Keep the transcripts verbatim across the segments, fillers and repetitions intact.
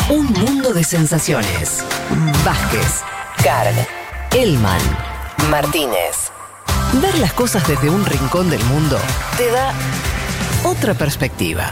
Un mundo de sensaciones. Vázquez, Carg, Elman, Martínez. Ver las cosas desde un rincón del mundo te da otra perspectiva.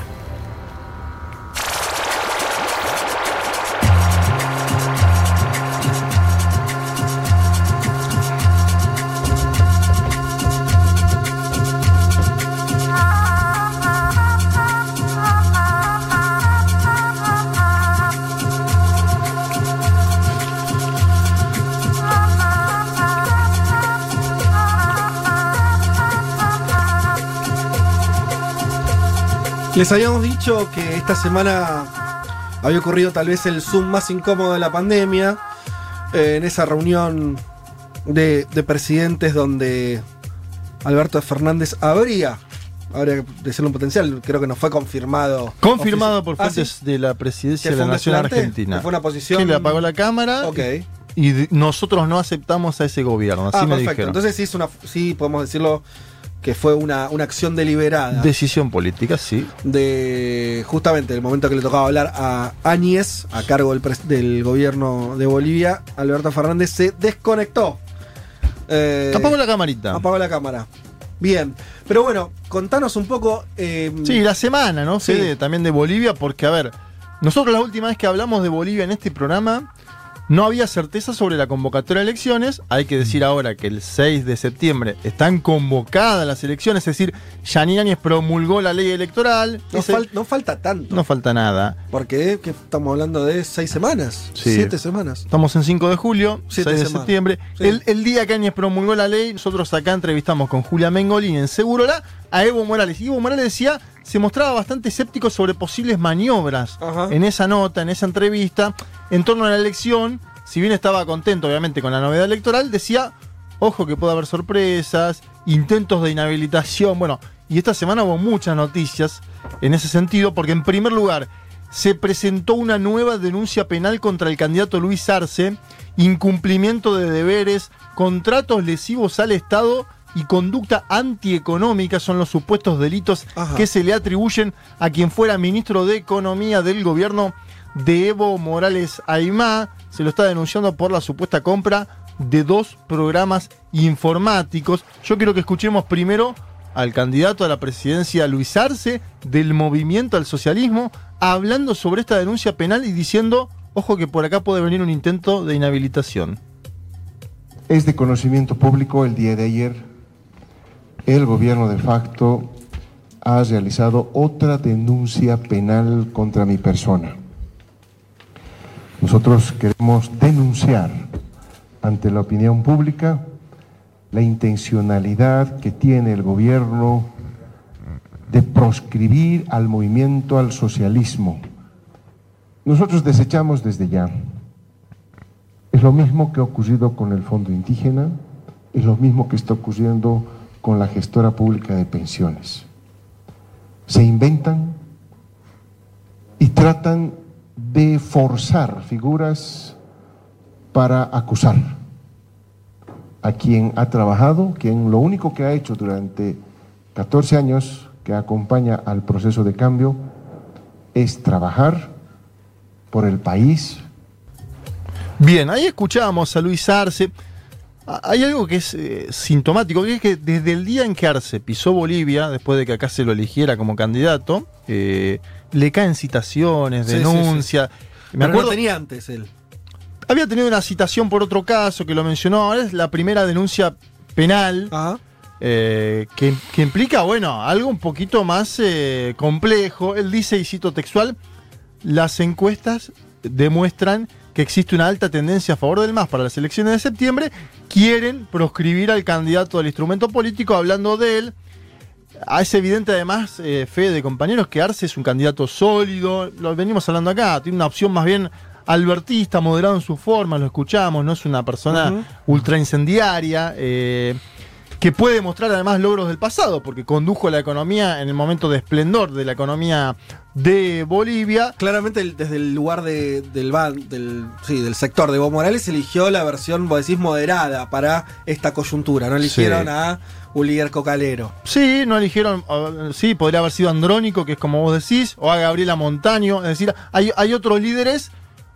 Les habíamos dicho que esta semana había ocurrido tal vez el Zoom más incómodo de la pandemia, eh, en esa reunión de, de presidentes donde Alberto Fernández habría, habría que decirlo un potencial, creo que no fue confirmado. Confirmado por ¿Ah, fuentes sí? de la presidencia de la un Nación desplante? Argentina. ¿Que fue una posición? Que le apagó la cámara. Ok. Y de- nosotros no aceptamos a ese gobierno, así Ah, me perfecto. dijeron. Entonces sí, es una, sí podemos decirlo que fue una, una acción deliberada. Decisión política, sí. De justamente el momento que le tocaba hablar a Áñez, a cargo del, pres- del gobierno de Bolivia, Alberto Fernández se desconectó. Eh, Apagó la camarita. apagó la cámara. Bien, pero bueno, contanos un poco. eh, Sí, la semana, ¿no? Sí. Fede, también de Bolivia, porque, a ver, nosotros la última vez que hablamos de Bolivia en este programa, no había certeza sobre la convocatoria de elecciones. Hay que decir ahora que el seis de septiembre están convocadas las elecciones, es decir, Yanine Áñez promulgó la ley electoral. no, Ese- fal- no falta tanto. no falta nada. Porque ¿qué estamos hablando de seis semanas, Sí. siete semanas. Estamos en cinco de julio, Siete seis de semanas. septiembre. Sí. El, el día que Áñez promulgó la ley, nosotros acá entrevistamos con Julia Mengolini en Segurola a Evo Morales. Y Evo Morales decía, se mostraba bastante escéptico sobre posibles maniobras Ajá. en esa nota, en esa entrevista, en torno a la elección. Si bien estaba contento, obviamente, con la novedad electoral, decía, ojo que puede haber sorpresas, intentos de inhabilitación. Bueno, y esta semana hubo muchas noticias en ese sentido, porque en primer lugar, se presentó una nueva denuncia penal contra el candidato Luis Arce, incumplimiento de deberes, contratos lesivos al Estado y conducta antieconómica son los supuestos delitos Ajá. que se le atribuyen a quien fuera ministro de Economía del gobierno de Evo Morales Aymá. Se lo está denunciando por la supuesta compra de dos programas informáticos. Yo quiero que escuchemos primero al candidato a la presidencia Luis Arce del Movimiento al Socialismo hablando sobre esta denuncia penal y diciendo, ojo que por acá puede venir un intento de inhabilitación. Es de conocimiento público el día de ayer, el gobierno de facto ha realizado otra denuncia penal contra mi persona. Nosotros queremos denunciar ante la opinión pública la intencionalidad que tiene el gobierno de proscribir al movimiento al socialismo. Nosotros desechamos desde ya. Es lo mismo que ha ocurrido con el Fondo Indígena, es lo mismo que está ocurriendo con la gestora pública de pensiones. Se inventan y tratan de forzar figuras para acusar a quien ha trabajado, quien lo único que ha hecho durante catorce años que acompaña al proceso de cambio es trabajar por el país. Bien, ahí escuchábamos a Luis Arce. Hay algo que es eh, sintomático, que es que desde el día en que Arce pisó Bolivia, después de que acá se lo eligiera como candidato, eh, le caen citaciones, Sí, denuncias. sí, sí. Me Pero acuerdo, no tenía antes él. había tenido una citación por otro caso que lo mencionó, ahora es la primera denuncia penal Ajá. eh, que, que implica, bueno, algo un poquito más eh, complejo. Él dice, y cito textual, las encuestas demuestran que existe una alta tendencia a favor del M A S para las elecciones de septiembre, quieren proscribir al candidato del instrumento político hablando de él. Ah, es evidente además, eh, Fede, compañeros, que Arce es un candidato sólido, lo venimos hablando acá, tiene una opción más bien albertista, moderado en su forma, lo escuchamos, no es una persona Uh-huh. ultra incendiaria, eh, que puede mostrar además logros del pasado, porque condujo la economía en el momento de esplendor de la economía de Bolivia. Claramente el- desde el lugar de- del, ban- del, sí, del sector de Evo Morales eligió la versión, vos decís, moderada para esta coyuntura. No eligieron Sí. a un líder cocalero. Sí, no eligieron, uh, sí, podría haber sido Andrónico, que es como vos decís, o a Gabriela Montaño, es decir, hay, hay otros líderes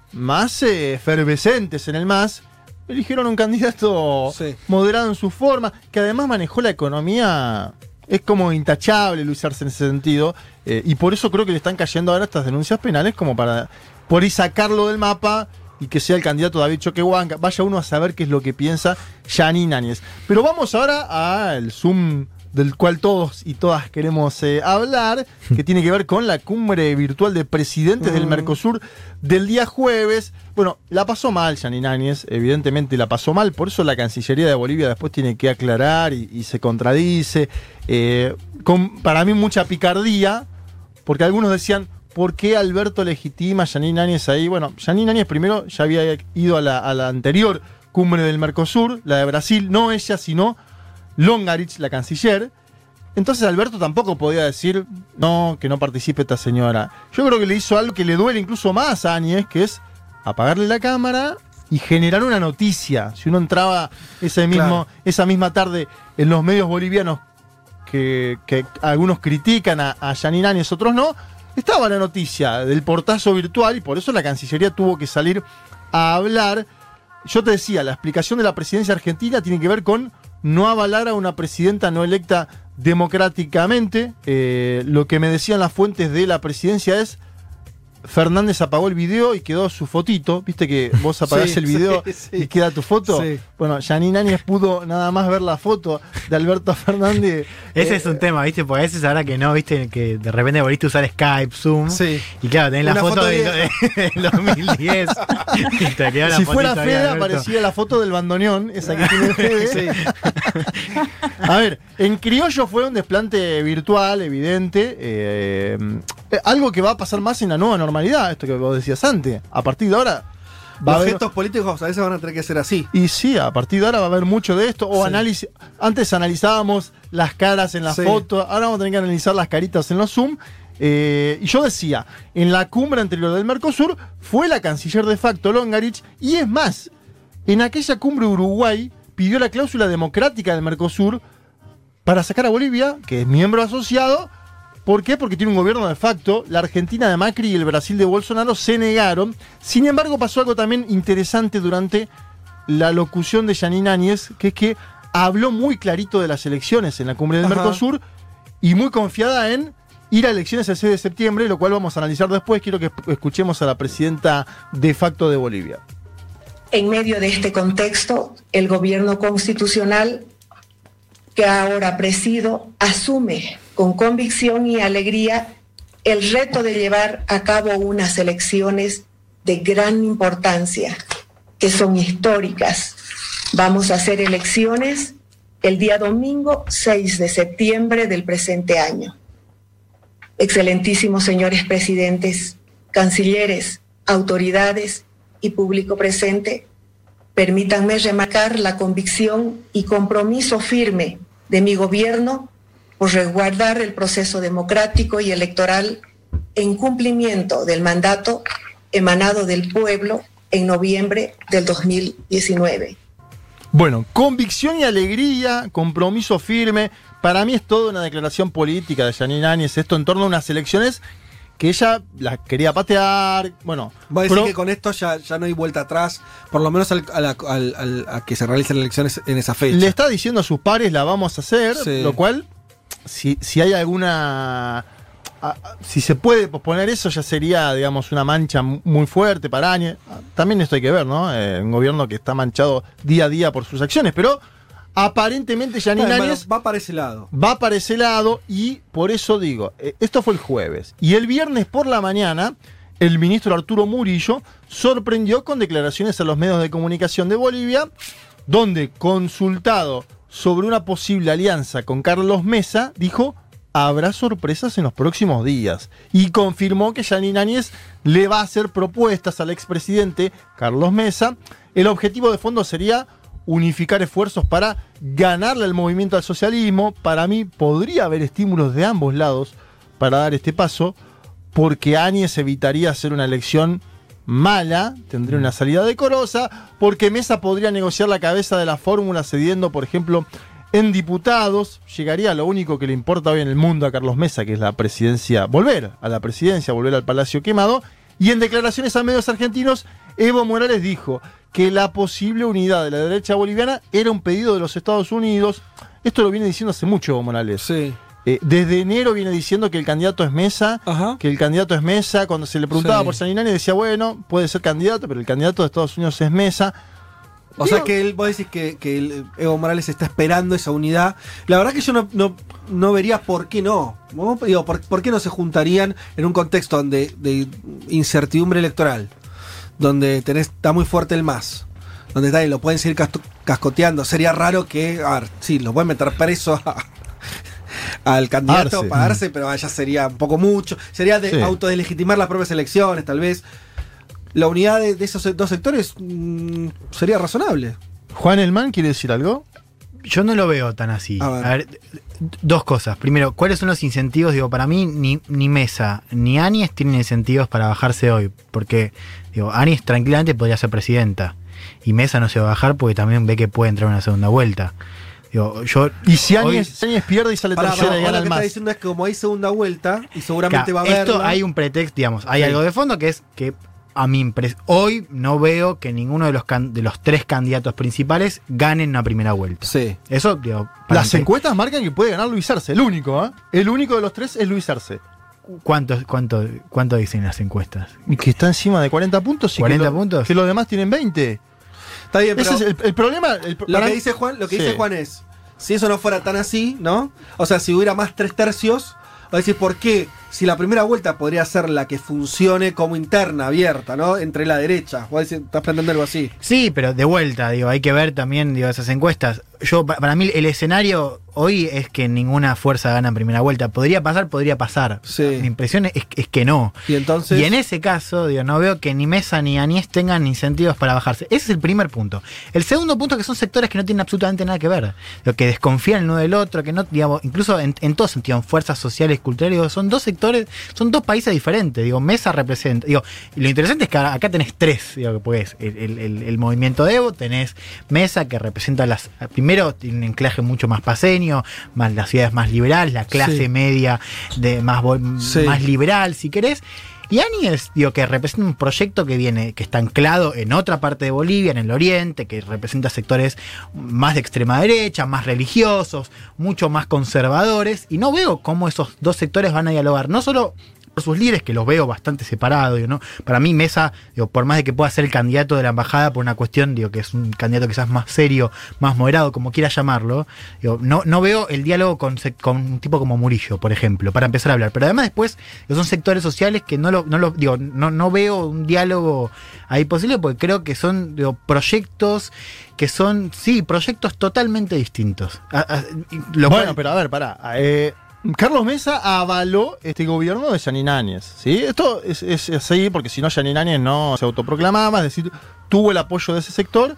más eh, efervescentes en el M A S, eligieron un candidato Sí. moderado en su forma, que además manejó la economía. Es como intachable Luis Arce en ese sentido, eh, y por eso creo que le están cayendo ahora estas denuncias penales como para por ahí sacarlo del mapa y que sea el candidato David Choquehuanca. Vaya uno a saber qué es lo que piensa Jeanine Áñez. Pero vamos ahora al Zoom del cual todos y todas queremos eh, hablar, que tiene que ver con la cumbre virtual de presidentes mm. del Mercosur del día jueves. Bueno, la pasó mal Jeanine Áñez, evidentemente la pasó mal, por eso la Cancillería de Bolivia después tiene que aclarar y, y se contradice. Eh, con, para mí mucha picardía, porque algunos decían, ¿por qué Alberto legitima a Jeanine Áñez ahí? Bueno, Jeanine Áñez primero ya había ido a la, a la anterior cumbre del Mercosur, la de Brasil, no ella, sino Longarich, la canciller. Entonces Alberto tampoco podía decir no, que no participe esta señora. Yo creo que le hizo algo que le duele incluso más a Áñez, que es apagarle la cámara y generar una noticia. Si uno entraba ese mismo, claro. esa misma tarde en los medios bolivianos que, que algunos critican a, a Jeanine Áñez, otros no, estaba la noticia del portazo virtual y por eso la Cancillería tuvo que salir a hablar. Yo te decía, la explicación de la presidencia argentina tiene que ver con no avalar a una presidenta no electa democráticamente. Eh, lo que me decían las fuentes de la presidencia es Fernández apagó el video y quedó su fotito. Viste que vos apagás sí, el video sí, sí. y queda tu foto. Sí. Bueno, Jeanine Áñez pudo nada más ver la foto de Alberto Fernández. Ese eh, es un tema, ¿viste? Porque a veces ahora que no, ¿viste? Que de repente volviste a usar Skype, Zoom. Sí. Y claro, tenés la foto, foto del de, de dos mil diez. Y te quedó la si fuera Fede, aparecía la foto del bandoneón, esa que tiene Fede. Sí. A ver, en criollo fue un desplante virtual, evidente. Eh, eh, algo que va a pasar más en la nueva normalidad, esto que vos decías antes. A partir de ahora va Los a gestos haber... políticos a veces van a tener que ser así. Y sí, a partir de ahora va a haber mucho de esto. O sí. análisis. Antes analizábamos las caras en las sí. fotos, ahora vamos a tener que analizar las caritas en los Zoom. Eh, y yo decía, en la cumbre anterior del Mercosur fue la canciller de facto Longarich, y es más, en aquella cumbre Uruguay pidió la cláusula democrática del Mercosur para sacar a Bolivia, que es miembro asociado. ¿Por qué? Porque tiene un gobierno de facto. La Argentina de Macri y el Brasil de Bolsonaro se negaron. Sin embargo, pasó algo también interesante durante la locución de Jeanine Áñez, que es que habló muy clarito de las elecciones en la cumbre del Ajá. Mercosur y muy confiada en ir a elecciones el seis de septiembre, lo cual vamos a analizar después. Quiero que escuchemos a la presidenta de facto de Bolivia. En medio de este contexto, el gobierno constitucional que ahora presido asume con convicción y alegría el reto de llevar a cabo unas elecciones de gran importancia, que son históricas. Vamos a hacer elecciones el día domingo seis de septiembre del presente año. Excelentísimos señores presidentes, cancilleres, autoridades y público presente, permítanme remarcar la convicción y compromiso firme de mi gobierno por resguardar el proceso democrático y electoral en cumplimiento del mandato emanado del pueblo en noviembre del dos mil diecinueve. Bueno, convicción y alegría, compromiso firme. Para mí es toda una declaración política de Jeanine Áñez, esto en torno a unas elecciones que ella las quería patear. Bueno, voy a decir pro... que con esto ya, ya no hay vuelta atrás, por lo menos al, al, al, al, a que se realicen elecciones en esa fecha. Le está diciendo a sus pares la vamos a hacer, sí. Lo cual, si, si hay alguna... A, si se puede posponer eso, ya sería, digamos, una mancha muy fuerte para Áñez. También esto hay que ver, ¿no? Eh, un gobierno que está manchado día a día por sus acciones, pero aparentemente Jeanine bueno, Áñez va para ese lado. Va para ese lado y por eso digo, eh, esto fue el jueves. Y el viernes por la mañana, el ministro Arturo Murillo sorprendió con declaraciones a los medios de comunicación de Bolivia, donde, consultado sobre una posible alianza con Carlos Mesa, dijo: habrá sorpresas en los próximos días. Y confirmó que Jeanine Áñez le va a hacer propuestas al expresidente Carlos Mesa. El objetivo de fondo sería unificar esfuerzos para ganarle al movimiento al socialismo. Para mí podría haber estímulos de ambos lados para dar este paso, porque Áñez evitaría hacer una elección mala, tendría una salida decorosa, porque Mesa podría negociar la cabeza de la fórmula cediendo, por ejemplo, en diputados. Llegaría a lo único que le importa hoy en el mundo a Carlos Mesa, que es la presidencia, volver a la presidencia, volver al Palacio Quemado, Y en declaraciones a medios argentinos, Evo Morales dijo que la posible unidad de la derecha boliviana era un pedido de los Estados Unidos. Esto lo viene diciendo hace mucho Evo Morales. Sí. Eh, desde enero viene diciendo que el candidato es Mesa, Ajá. que el candidato es Mesa. Cuando se le preguntaba Sí. por Sanguinani decía, bueno, puede ser candidato, pero el candidato de Estados Unidos es Mesa. O Digo, sea que él, vos decís que, que el Evo Morales está esperando esa unidad. La verdad que yo no, no, no vería por qué no. Digo, por, ¿por qué no se juntarían en un contexto donde, de incertidumbre electoral? Donde tenés, está muy fuerte el M A S. Donde está, y lo pueden seguir casto, cascoteando. Sería raro que, a ver, sí, lo pueden meter preso a, al candidato Arce. para Arce, pero ya sería un poco mucho. Sería de Sí. autodelegitimar las propias elecciones, tal vez. La unidad de, de esos dos sectores mmm, sería razonable. Juan Elman, ¿quiere decir algo? Yo no lo veo tan así. A ver. A ver, dos cosas. Primero, ¿cuáles son los incentivos? Digo, para mí, ni, ni Mesa ni Áñez tienen incentivos para bajarse hoy. Porque, digo, Áñez tranquilamente podría ser presidenta. Y Mesa no se va a bajar porque también ve que puede entrar en una segunda vuelta. Digo, yo, Y si hoy- Áñez, Áñez pierde y sale Pará, tercera pará, y vos gana lo que el está más. diciendo es que como hay segunda vuelta, y seguramente Claro, va a haber. esto hay un pretexto, digamos, hay Sí. algo de fondo que es que a mi impres- hoy no veo que ninguno de los can- de los tres candidatos principales ganen una primera vuelta. Sí. Eso, digo, para Las mí- encuestas marcan que puede ganar Luis Arce, el único, ¿eh? El único de los tres es Luis Arce. ¿Cuánto, cuánto, ¿Cuánto dicen las encuestas? Y que está encima de cuarenta puntos y ¿cuarenta que, lo- puntos? que los demás tienen veinte. Está bien, pero Ese es el, el problema. el- lo para que mí- dice Juan, lo que Sí. dice Juan es, si eso no fuera tan así, ¿no? O sea, si hubiera más tres tercios, o decir, ¿por qué? Si la primera vuelta podría ser la que funcione como interna, abierta, ¿no? Entre la derecha. Vos decís, estás planteando algo así. Sí, pero de vuelta, digo, hay que ver también digo, esas encuestas. Yo, pa- para mí, el escenario hoy es que ninguna fuerza gana en primera vuelta. ¿Podría pasar? Podría pasar. Sí. Mi impresión es, es que no. Y entonces. Y en ese caso, digo, no veo que ni Mesa ni Añez tengan incentivos para bajarse. Ese es el primer punto. El segundo punto es que son sectores que no tienen absolutamente nada que ver. Lo que desconfían el uno del otro, que no, digamos, incluso en, en todo sentido, en fuerzas sociales, culturales, digo, son dos sectores, son dos países diferentes. Digo, Mesa representa. Digo, y lo interesante es que acá, acá tenés tres, digo, que pues el, el, el, el movimiento de Evo, tenés Mesa que representa las. Primero, tiene un enclaje mucho más paseño, más las ciudades más liberales, la clase Sí. media de más, bo- Sí. más liberal, si querés. Y Áñez, digo, que representa un proyecto que viene, que está anclado en otra parte de Bolivia, en el oriente, que representa sectores más de extrema derecha, más religiosos, mucho más conservadores, y no veo cómo esos dos sectores van a dialogar, no solo por sus líderes, que los veo bastante separados, digo, ¿no? Para mí Mesa, digo, por más de que pueda ser el candidato de la embajada por una cuestión, digo, que es un candidato quizás más serio, más moderado, como quiera llamarlo, digo, no, no veo el diálogo con, sec- con un tipo como Murillo, por ejemplo, para empezar a hablar. Pero además después digo, son sectores sociales que no lo, no lo digo, no, no veo un diálogo ahí posible, porque creo que son digo, proyectos que son, sí, proyectos totalmente distintos. A- a- lo Bueno, cual- pero a ver, pará. Eh, Carlos Mesa avaló este gobierno de Janine Áñez, ¿sí? Esto es, es así porque si no Janine Áñez no se autoproclamaba, es decir, tuvo el apoyo de ese sector.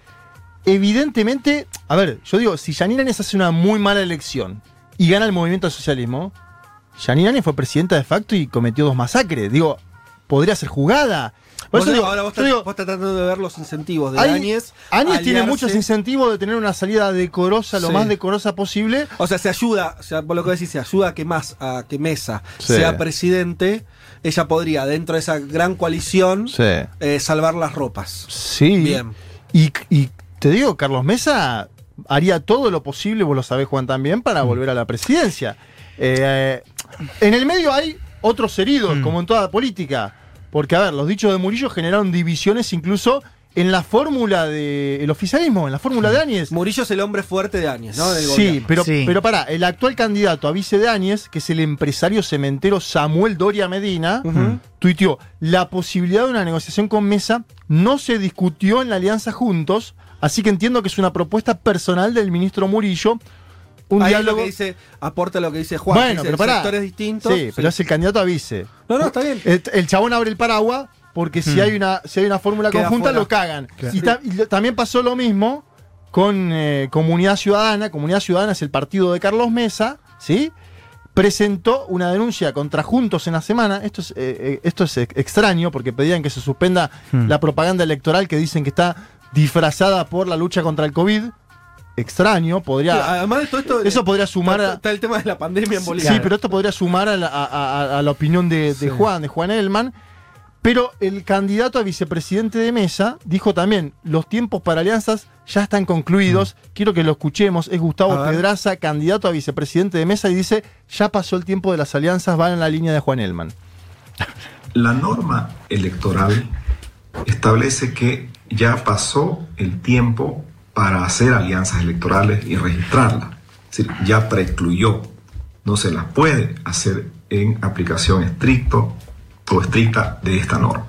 Evidentemente, a ver, yo digo, si Janine Áñez hace una muy mala elección y gana el movimiento al socialismo, Janine Áñez fue presidenta de facto y cometió dos masacres. Digo, podría ser jugada. Por Vos eso digo, digo, ahora vos yo estás, digo, vos estás tratando de ver los incentivos de Áñez- Áñez. Áñez tiene aliarse. muchos incentivos de tener una salida decorosa, lo Sí. más decorosa posible. O sea, se ayuda, o sea, por lo que decís, se ayuda a que más, a que Mesa Sí. sea presidente. Ella podría, dentro de esa gran coalición, Sí. eh, salvar las ropas. Sí. Bien. Y, y te digo, Carlos Mesa haría todo lo posible, vos lo sabés, Juan, también, para Mm. volver a la presidencia. Eh, en el medio hay otros heridos, Mm. como en toda política. Porque, a ver, los dichos de Murillo generaron divisiones incluso en la fórmula del oficialismo, en la fórmula de Áñez. Murillo es el hombre fuerte de Áñez, ¿no? Del Sí, gobierno. pero, Sí. pero pará, el actual candidato a vice de Áñez, que es el empresario cementero Samuel Doria Medina, Ujú. tuiteó, la posibilidad de una negociación con Mesa no se discutió en la alianza Juntos, así que entiendo que es una propuesta personal del ministro Murillo. Un Ahí es diálogo. lo que dice, aporta lo que dice Juan, Bueno, que dice pero pará. sectores distintos. Sí, pero es el candidato a vice. No, no, está bien. El, el chabón abre el paraguas porque si Hmm. hay una si hay una fórmula Queda conjunta fuera. lo cagan. Claro. Y, ta- y lo- también pasó lo mismo con eh, Comunidad Ciudadana. Comunidad Ciudadana es el partido de Carlos Mesa, ¿sí? Presentó una denuncia contra Juntos en la semana. Esto es, eh, eh, esto es ex- extraño porque pedían que se suspenda Hmm. la propaganda electoral que dicen que está disfrazada por la lucha contra el COVID. Extraño, podría... Sí, además de todo esto, Eso podría sumar está, a- está el tema de la pandemia en Bolivia. Sí, pero esto podría sumar a la, a- a- a la opinión de, de Sí. Juan, de Juan Elman. Pero el candidato a vicepresidente de Mesa dijo también, los tiempos para alianzas ya están concluidos. Mm. Quiero que lo escuchemos. Es Gustavo Pedraza, candidato a vicepresidente de Mesa, y dice, ya pasó el tiempo de las alianzas, van en la línea de Juan Elman. La norma electoral establece que ya pasó el tiempo para hacer alianzas electorales y registrarlas. Es decir, ya precluyó. No se las puede hacer en aplicación estricto o estricta de esta norma.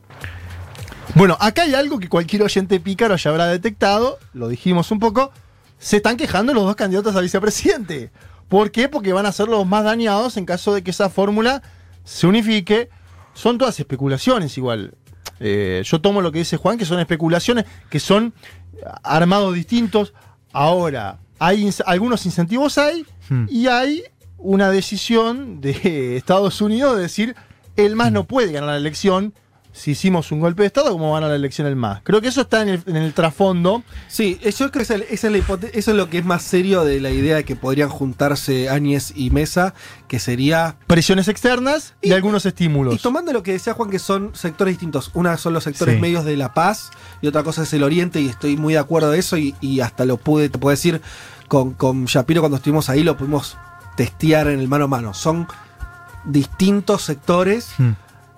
Bueno, acá hay algo que cualquier oyente pícaro ya habrá detectado, lo dijimos un poco, se están quejando los dos candidatos a vicepresidente. ¿Por qué? Porque van a ser los más dañados en caso de que esa fórmula se unifique. Son todas especulaciones igual. Eh, yo tomo lo que dice Juan, que son especulaciones, que son armados distintos. Ahora, hay ins- algunos incentivos hay, hmm. y hay una decisión de Estados Unidos de decir, el M A S no puede ganar la elección. Si hicimos un golpe de Estado, ¿cómo gana la elección el M A S? Creo que eso está en el, en el trasfondo. Sí, yo creo que esa es, esa es la hipote- eso es lo que es más serio de la idea de que podrían juntarse Áñez y Mesa, que sería... presiones externas y, y algunos estímulos. Y tomando lo que decía Juan, que son sectores distintos. Una son los sectores sí. medios de La Paz y otra cosa es el Oriente, y estoy muy de acuerdo de eso, y, y hasta lo pude, te puedo decir, con, con Shapiro cuando estuvimos ahí, lo pudimos testear en el mano a mano. Son distintos sectores... Hmm.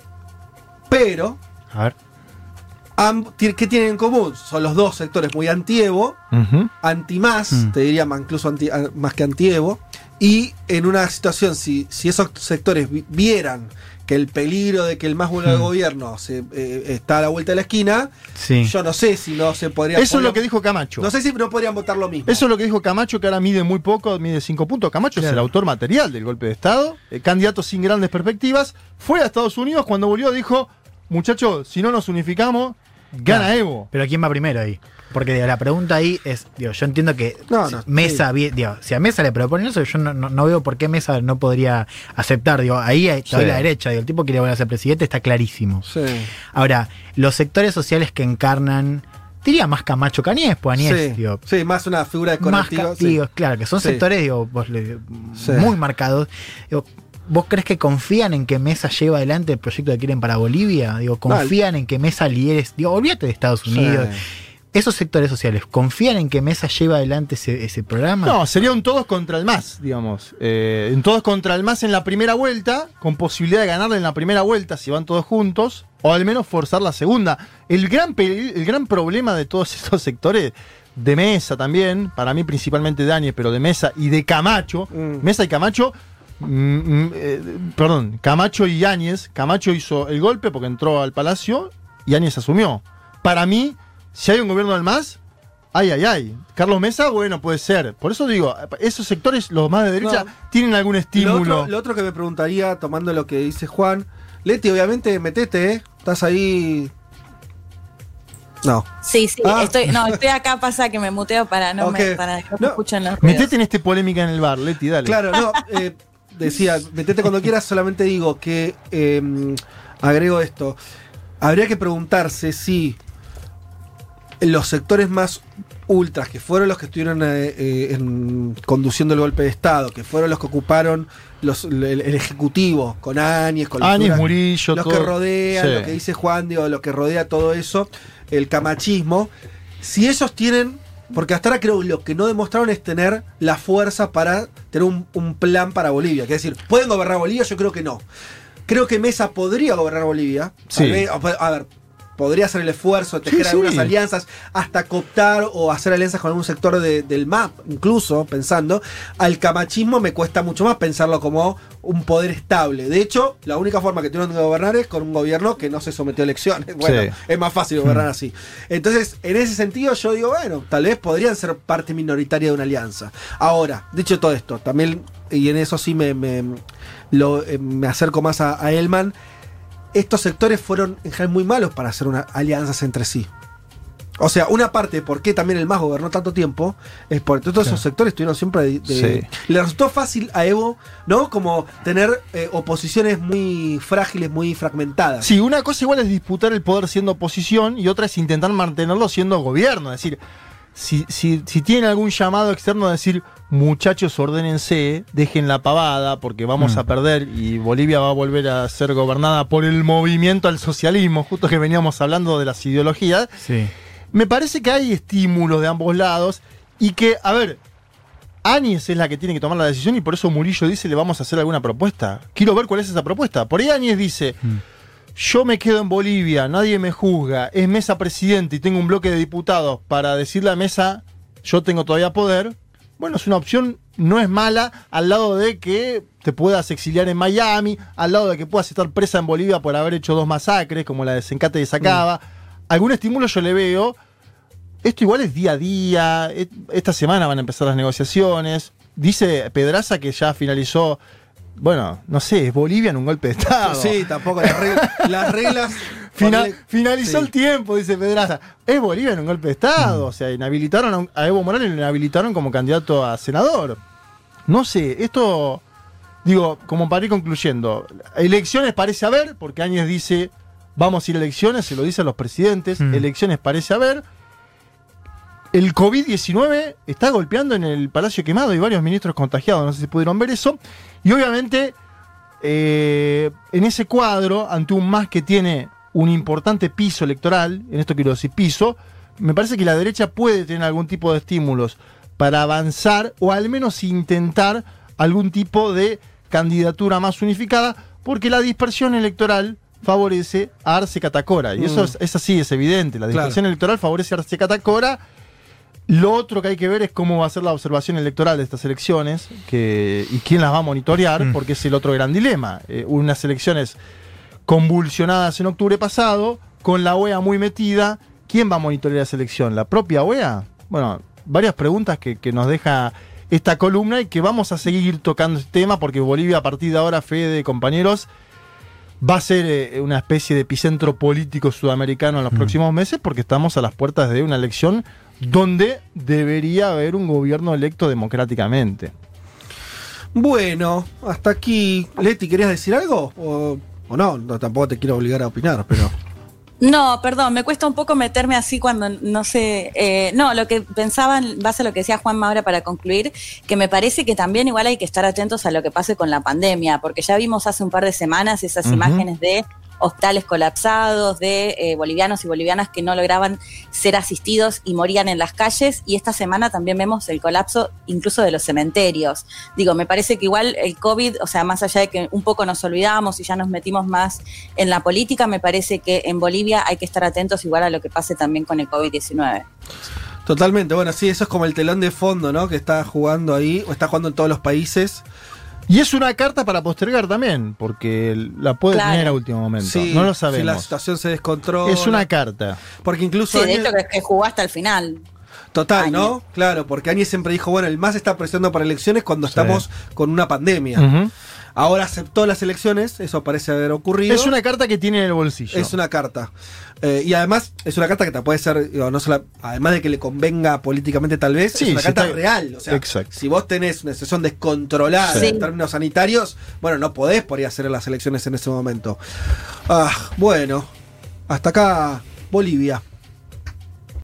Pero, a ver. Amb- ¿qué tienen en común? Son los dos sectores muy anti-Evo, uh-huh. anti-más, uh-huh. te diría incluso anti, a, más que anti-Evo. Y en una situación, si, si esos sectores vi- vieran que el peligro de que el más bueno del uh-huh. gobierno se, eh, está a la vuelta de la esquina, sí. yo no sé si no se podría... Eso poner, es lo que dijo Camacho. No sé si no podrían votar lo mismo. Eso es lo que dijo Camacho, que ahora mide muy poco, mide cinco puntos. Camacho claro. es el autor material del golpe de Estado, eh, candidato sin grandes perspectivas. Fue a Estados Unidos, cuando volvió dijo... muchachos, si no nos unificamos, gana no, Evo. Pero ¿quién va primero ahí? Porque digo, la pregunta ahí es, digo, yo entiendo que no, no, Mesa, sí. digo, si a Mesa le proponen eso, yo no, no, no veo por qué Mesa no podría aceptar. Digo, ahí hay, sí. la derecha, digo, el tipo que le va a ser presidente está clarísimo. Sí. Ahora, los sectores sociales que encarnan, diría más Camacho que Añez, pues Añez, sí. digo. Sí, más una figura de colectivo. Sí. Digo, claro, que son sí. sectores, digo, vos le, sí. muy marcados. Digo, ¿vos crees que confían en que Mesa lleve adelante el proyecto que quieren para Bolivia? Digo, ¿confían en que Mesa lidere? Digo, olvídate de Estados Unidos. Sí. Esos sectores sociales, ¿confían en que Mesa lleve adelante ese, ese programa? No, sería un todos contra el M A S, digamos. Eh, un todos contra el M A S en la primera vuelta, con posibilidad de ganarle en la primera vuelta si van todos juntos, o al menos forzar la segunda. El gran, el gran problema de todos estos sectores, de Mesa también, para mí principalmente de Áñez, pero de Mesa y de Camacho, mm. Mesa y Camacho... Mm, eh, perdón, Camacho y Áñez. Camacho hizo el golpe porque entró al Palacio y Áñez asumió. Para mí, si hay un gobierno del M A S, ay, ay, ay. Carlos Mesa, bueno, puede ser. Por eso digo, esos sectores, los más de derecha, no. tienen algún estímulo. Lo otro, lo otro que me preguntaría, tomando lo que dice Juan, Leti, obviamente, metete, ¿eh? Estás ahí. No. Sí, sí, ah. estoy, no, estoy acá, pasa que me muteo para no okay. me, para que no, no escuchen los ruidos. Metete en este polémica en el bar, Leti, dale. Claro, no, eh, decía, metete cuando quieras, solamente digo que eh, agrego esto. Habría que preguntarse si los sectores más ultras, que fueron los que estuvieron eh, eh, en, conduciendo el golpe de Estado, que fueron los que ocuparon los, el, el Ejecutivo, con Áñez, con los, Áñez, Murillo, los todo. que rodean, sí. lo que dice Juan, digo, lo que rodea todo eso, el camachismo, si ellos tienen, porque hasta ahora creo que lo que no demostraron es tener la fuerza para tener un, un plan para Bolivia, que es decir, ¿pueden gobernar Bolivia? Yo creo que no. Creo que Mesa podría gobernar Bolivia. Sí. Vez, a ver, podría hacer el esfuerzo de tejer sí, algunas sí. alianzas, hasta cooptar o hacer alianzas con algún sector de, del M A P, incluso pensando. Al camachismo me cuesta mucho más pensarlo como un poder estable. De hecho, la única forma que tuvieron de gobernar es con un gobierno que no se sometió a elecciones. Bueno, sí. es más fácil gobernar mm. así. Entonces, en ese sentido, yo digo, bueno, tal vez podrían ser parte minoritaria de una alianza. Ahora, dicho todo esto, también, y en eso sí me, me, lo, eh, me acerco más a, a Elman. Estos sectores fueron en general muy malos para hacer una, alianzas entre sí. O sea, una parte de por qué también el M A S gobernó tanto tiempo es porque todos claro. esos sectores estuvieron siempre de, de, sí. le resultó fácil a Evo, ¿no? Como tener eh, oposiciones muy frágiles, muy fragmentadas. Sí, una cosa igual es disputar el poder siendo oposición y otra es intentar mantenerlo siendo gobierno. Es decir, si, si, si tienen algún llamado externo a decir, muchachos, ordénense, dejen la pavada, porque vamos mm. a perder y Bolivia va a volver a ser gobernada por el movimiento al socialismo, justo que veníamos hablando de las ideologías. Sí. Me parece que hay estímulos de ambos lados y que, a ver, Áñez es la que tiene que tomar la decisión y por eso Murillo dice, le vamos a hacer alguna propuesta. Quiero ver cuál es esa propuesta. Por ahí Áñez dice, mm. yo me quedo en Bolivia, nadie me juzga, es Mesa presidente y tengo un bloque de diputados para decirle a Mesa, yo tengo todavía poder. Bueno, es una opción, no es mala, al lado de que te puedas exiliar en Miami, al lado de que puedas estar presa en Bolivia por haber hecho dos masacres, como la de Sencate de Sacaba. Mm. Algún estímulo yo le veo. Esto igual es día a día, esta semana van a empezar las negociaciones. Dice Pedraza que ya finalizó, bueno, no sé, es Bolivia en un golpe de Estado. Sí, tampoco las reglas. Las reglas Final, finalizó sí. el tiempo, dice Pedraza. Es Bolivia en un golpe de Estado. Mm. O sea, inhabilitaron a, a Evo Morales, lo inhabilitaron como candidato a senador. No sé, esto, digo, como para ir concluyendo, elecciones parece haber, porque Áñez dice, vamos a ir a elecciones, se lo dicen los presidentes, mm. elecciones parece haber. El COVID diecinueve está golpeando en el Palacio Quemado y varios ministros contagiados, no sé si pudieron ver eso. Y obviamente, eh, en ese cuadro, ante un M A S que tiene un importante piso electoral, en esto quiero decir piso, me parece que la derecha puede tener algún tipo de estímulos para avanzar o al menos intentar algún tipo de candidatura más unificada, porque la dispersión electoral favorece a Arce Catacora. Y mm. eso es, es así, es evidente. La dispersión claro. electoral favorece a Arce Catacora. Lo otro que hay que ver es cómo va a ser la observación electoral de estas elecciones que, y quién las va a monitorear, mm. porque es el otro gran dilema. Eh, unas elecciones convulsionadas en octubre pasado, con la O E A muy metida. ¿Quién va a monitorear esa elección? ¿La propia O E A? Bueno, varias preguntas que, que nos deja esta columna y que vamos a seguir tocando este tema, porque Bolivia a partir de ahora, Fede, compañeros, va a ser eh, una especie de epicentro político sudamericano en los mm. próximos meses, porque estamos a las puertas de una elección donde debería haber un gobierno electo democráticamente. Bueno, hasta aquí. Leti, ¿querías decir algo? ¿O, o no? No, tampoco te quiero obligar a opinar, pero... No, perdón, me cuesta un poco meterme así cuando no sé. Eh, no, lo que pensaba en base a lo que decía Juanma ahora para concluir, que me parece que también igual hay que estar atentos a lo que pase con la pandemia, porque ya vimos hace un par de semanas esas uh-huh. imágenes de hospitales colapsados, de eh, bolivianos y bolivianas que no lograban ser asistidos y morían en las calles, y esta semana también vemos el colapso incluso de los cementerios. Digo, me parece que igual el COVID, o sea, más allá de que un poco nos olvidamos y ya nos metimos más en la política, me parece que en Bolivia hay que estar atentos igual a lo que pase también con el COVID diecinueve. Totalmente, bueno, sí, eso es como el telón de fondo, ¿no? Que está jugando ahí, o está jugando en todos los países. Y es una carta para postergar también, porque la puede claro. tener a último momento. Sí, no lo sabemos. Si la situación se descontrola. Es una carta. Porque incluso. Sí, de hecho que, que jugó hasta el final. Total, Áñez. ¿No? Claro, porque Áñez siempre dijo, bueno, el M A S está presionando para elecciones cuando sí. estamos con una pandemia. Uh-huh. Ahora aceptó las elecciones, eso parece haber ocurrido. Es una carta que tiene en el bolsillo. Es una carta. Eh, y además, es una carta que te puede ser, digo, no solo, además de que le convenga políticamente tal vez, sí, es una carta está... real. O sea, exacto. Si vos tenés una situación descontrolada sí. en términos sanitarios, bueno, no podés por ir a hacer las elecciones en ese momento. Ah, bueno, hasta acá Bolivia.